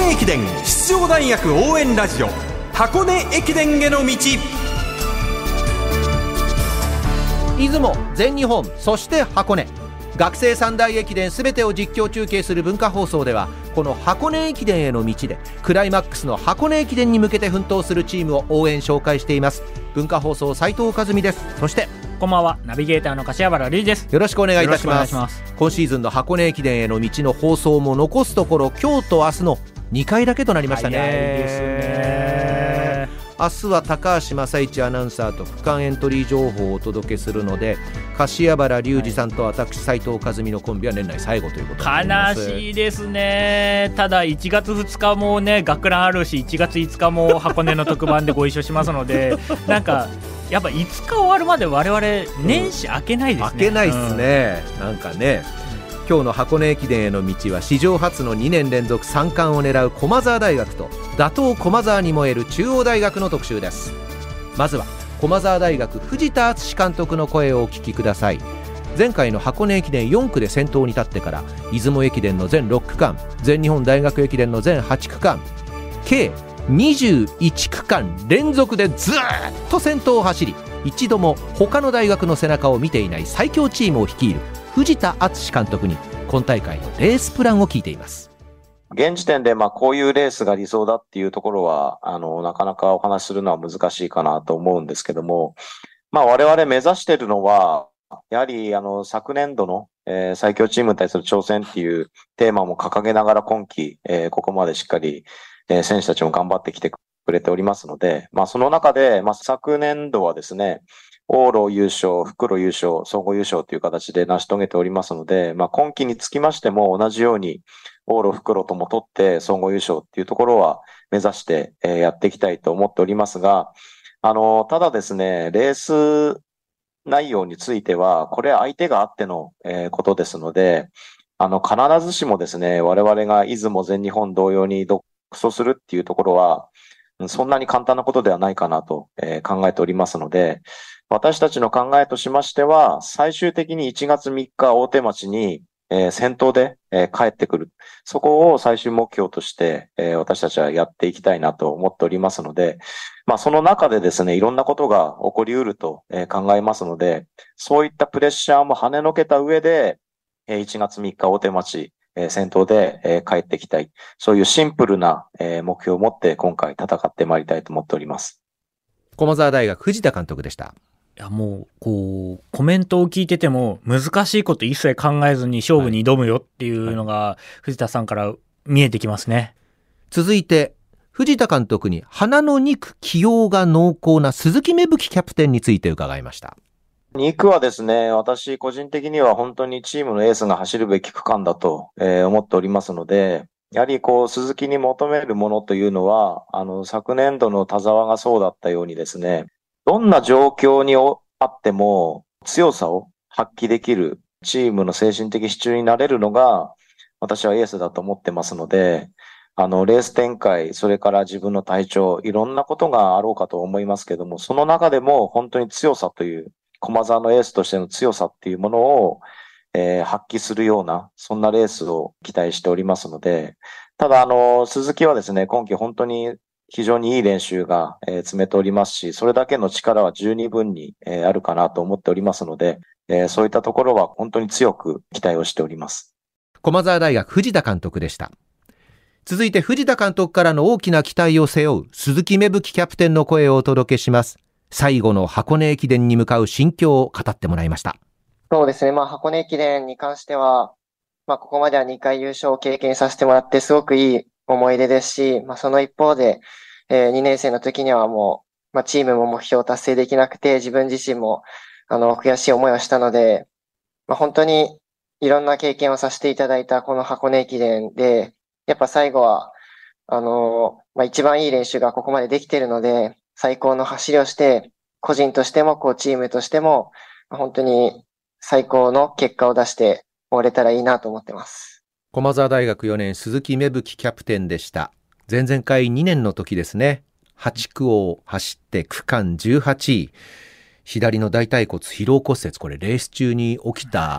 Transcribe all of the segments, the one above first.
根駅伝出場大学応援ラジオ、箱根駅伝への道。 出雲、全日本、そして箱根、学生三大駅伝すべてを実況中継する文化放送では、この箱根駅伝への道でクライマックスの箱根駅伝に向けて奮闘するチームを応援紹介しています。文化放送斉藤和美です。そしてこんばんは、ナビゲーターの柏原瑠衣です。 よろしくお願いいたします。今シーズンの箱根駅伝への道の放送も残すところ今日と明日の2回だけとなりましたね。 早いですね。 明日は高橋正一アナウンサーと区間エントリー情報をお届けするので、柏原隆二さんと私斉藤和美のコンビは年内最後ということになります。 悲しいですね。ただ1月2日もね学ランあるし、1月5日も箱根の特番でご一緒しますのでなんかやっぱ5日終わるまで我々年始明けないですね。 明けないですね、なんかね。今日の箱根駅伝への道は史上初の2年連続3冠を狙う駒澤大学と打倒駒澤に燃える中央大学の特集です。まずは駒澤大学藤田敦監督の声をお聞きください。前回の箱根駅伝4区で先頭に立ってから出雲駅伝の全6区間、全日本大学駅伝の全8区間、計21区間連続でずっと先頭を走り、一度も他の大学の背中を見ていない最強チームを率いる藤田敦監督に今大会のレースプランを聞いています。 現時点でこういうレースが理想だっていうところはなかなかお話しするのは難しいかなと思うんですけども、我々目指しているのはやはり昨年度の、最強チームに対する挑戦っていうテーマも掲げながら今季、ここまでしっかり、選手たちも頑張ってきてくれておりますので、その中で、昨年度はですね、往路優勝、復路優勝、総合優勝という形で成し遂げておりますので、今季につきましても同じように往路、復路とも取って総合優勝っていうところは目指して、やっていきたいと思っておりますが、ただですね、レース内容については、これ相手があっての、ことですので、必ずしもですね、我々が出雲全日本同様に独走するっていうところは、そんなに簡単なことではないかなと、考えておりますので、私たちの考えとしましては、最終的に1月3日大手町に、先頭で、帰ってくる。そこを最終目標として、私たちはやっていきたいなと思っておりますので、その中でですね、いろんなことが起こり得ると、考えますので、そういったプレッシャーも跳ねのけた上で、1月3日大手町、先頭で、帰ってきたい。そういうシンプルな、目標を持って今回戦ってまいりたいと思っております。 駒澤大学藤田監督でした。 いやもうコメントを聞いてても難しいこと一切考えずに勝負に挑むよっていうのが藤田さんから見えてきますね。 続いて藤田監督に花の2区起用が濃厚な鈴木芽吹キャプテンについて伺いました。 2区はですね、私個人的には本当にチームのエースが走るべき区間だと、思っておりますので、やはり鈴木に求めるものというのは、昨年度の田澤がそうだったようにですね、どんな状況にあっても強さを発揮できるチームの精神的支柱になれるのが私はエースだと思ってますので、レース展開、それから自分の体調、いろんなことがあろうかと思いますけども、その中でも本当に強さという、駒澤のエースとしての強さっていうものを、発揮するような、そんなレースを期待しておりますので、ただ鈴木はですね、今季本当に非常にいい練習が、積めておりますし、それだけの力は十二分に、あるかなと思っておりますので、そういったところは本当に強く期待をしております。 駒澤大学藤田監督でした。続いて藤田監督からの大きな期待を背負う鈴木芽吹キャプテンの声をお届けします。最後の箱根駅伝に向かう心境を語ってもらいました。 そうですね、箱根駅伝に関しては、ここまでは2回優勝を経験させてもらってすごくいい思い出ですし、その一方で、2年生の時にはもう、チームも目標を達成できなくて、自分自身も、悔しい思いをしたので、本当にいろんな経験をさせていただいたこの箱根駅伝で、やっぱ最後は、一番いい練習がここまでできているので、最高の走りをして、個人としても、チームとしても、本当に最高の結果を出して終われたらいいなと思ってます。 駒澤大学4年鈴木芽吹キャプテンでした。前々回2年の時ですね、8区を走って区間18位、左の大腿骨疲労骨折、これレース中に起きた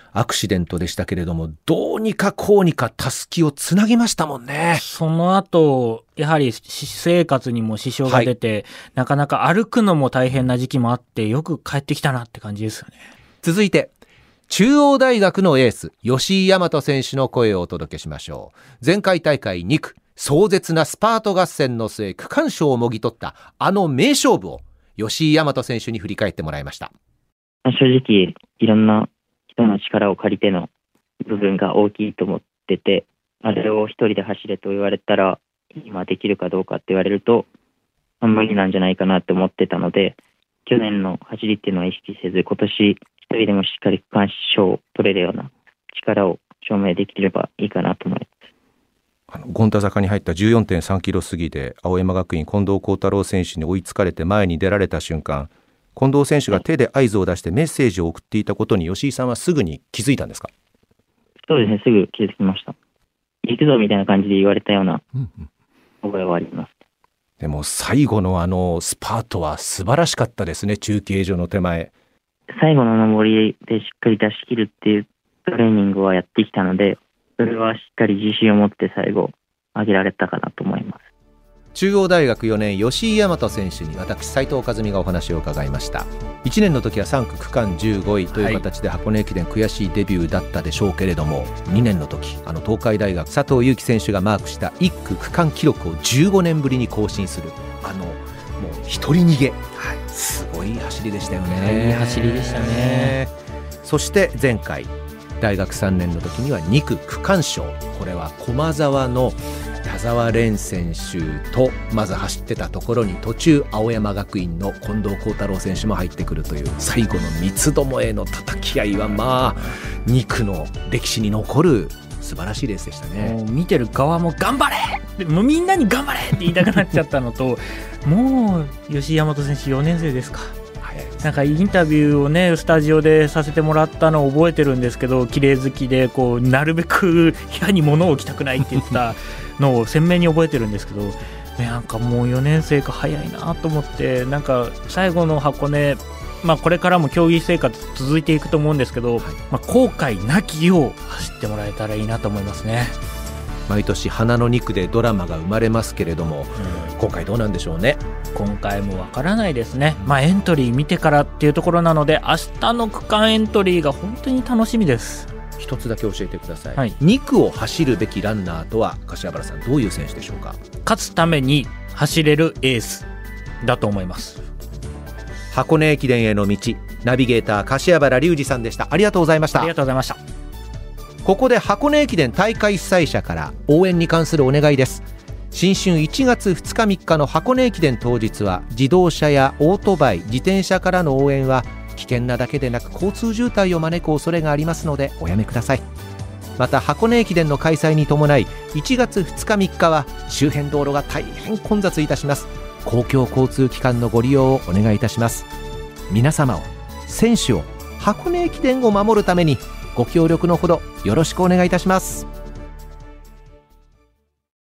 アクシデントでしたけれども、どうにかこうにかたすきをつなぎましたもんね。 その後やはり私生活にも支障が出て、なかなか歩くのも大変な時期もあって、よく帰ってきたなって感じですよね。 続いて中央大学のエース吉井大和選手の声をお届けしましょう。前回大会2区壮絶なスパート合戦の末区間賞をもぎ取ったあの名勝負を吉井大和選手に振り返ってもらいました。 正直いろんな人の力を借りての部分が大きいと思ってて、あれを一人で走れと言われたら今できるかどうかって言われると無理なんじゃないかなって思ってたので、去年の走りっていうのは意識せず、今年一人でもしっかり区間賞を取れるような力を証明できればいいかなと思います。 権太坂に入った 14.3 キロ過ぎで青山学院近藤幸太郎選手に追いつかれて前に出られた瞬間、近藤選手が手で合図を出してメッセージを送っていたことに吉井さんはすぐに気づいたんですか？ そうですね、すぐ気づきました。行くぞみたいな感じで言われたような覚えはあります。 でも最後のスパートは素晴らしかったですね。中継所の手前、 最後の上りでしっかり出し切るっていうトレーニングはやってきたので、それはしっかり自信を持って最後上げられたかなと思います。 中央大学4年吉井大和選手に私斉藤和美がお話を伺いました。1年の時は3区区間15位という形で箱根駅伝悔しいデビューだったでしょうけれども、2年の時東海大学佐藤悠基選手がマークした1区区間記録を15年ぶりに更新するもう一人逃げ、すごい走りでしたよね。 いい走りでしたね。 そして前回大学3年の時には2区区間賞、これは駒澤の田澤廉選手とまず走ってたところに途中青山学院の近藤幸太郎選手も入ってくるという最後の三つどもえの叩き合いは2区の歴史に残る素晴らしいレースでしたね。 もう見てる側も頑張れ、もうみんなに頑張れって言いたくなっちゃったのともう吉井大和選手4年生ですか。なんかインタビューをねスタジオでさせてもらったのを覚えてるんですけど、綺麗好きでなるべく部屋に物を置きたくないって言ったのを鮮明に覚えてるんですけど、なんかもう4年生か早いなと思って、なんか最後の箱根、これからも競技生活続いていくと思うんですけど、後悔なきよう走ってもらえたらいいなと思いますね。 毎年花の2区でドラマが生まれますけれども、今回どうなんでしょうね。 今回もわからないですね。エントリー見てからっていうところなので、明日の区間エントリーが本当に楽しみです。 一つだけ教えてください、2区を走るべきランナーとは柏原さんどういう選手でしょうか？ 勝つために走れるエースだと思います。 箱根駅伝への道、ナビゲーター柏原隆二さんでした。ありがとうございました。 ありがとうございました。 ここで箱根駅伝大会主催者から応援に関するお願いです。新春1月2日3日の箱根駅伝当日は自動車やオートバイ、自転車からの応援は危険なだけでなく交通渋滞を招く恐れがありますのでおやめください。また箱根駅伝の開催に伴い1月2日3日は周辺道路が大変混雑いたします。公共交通機関のご利用をお願いいたします。皆様を、選手を、箱根駅伝を守るためにご協力のほどよろしくお願いいたします。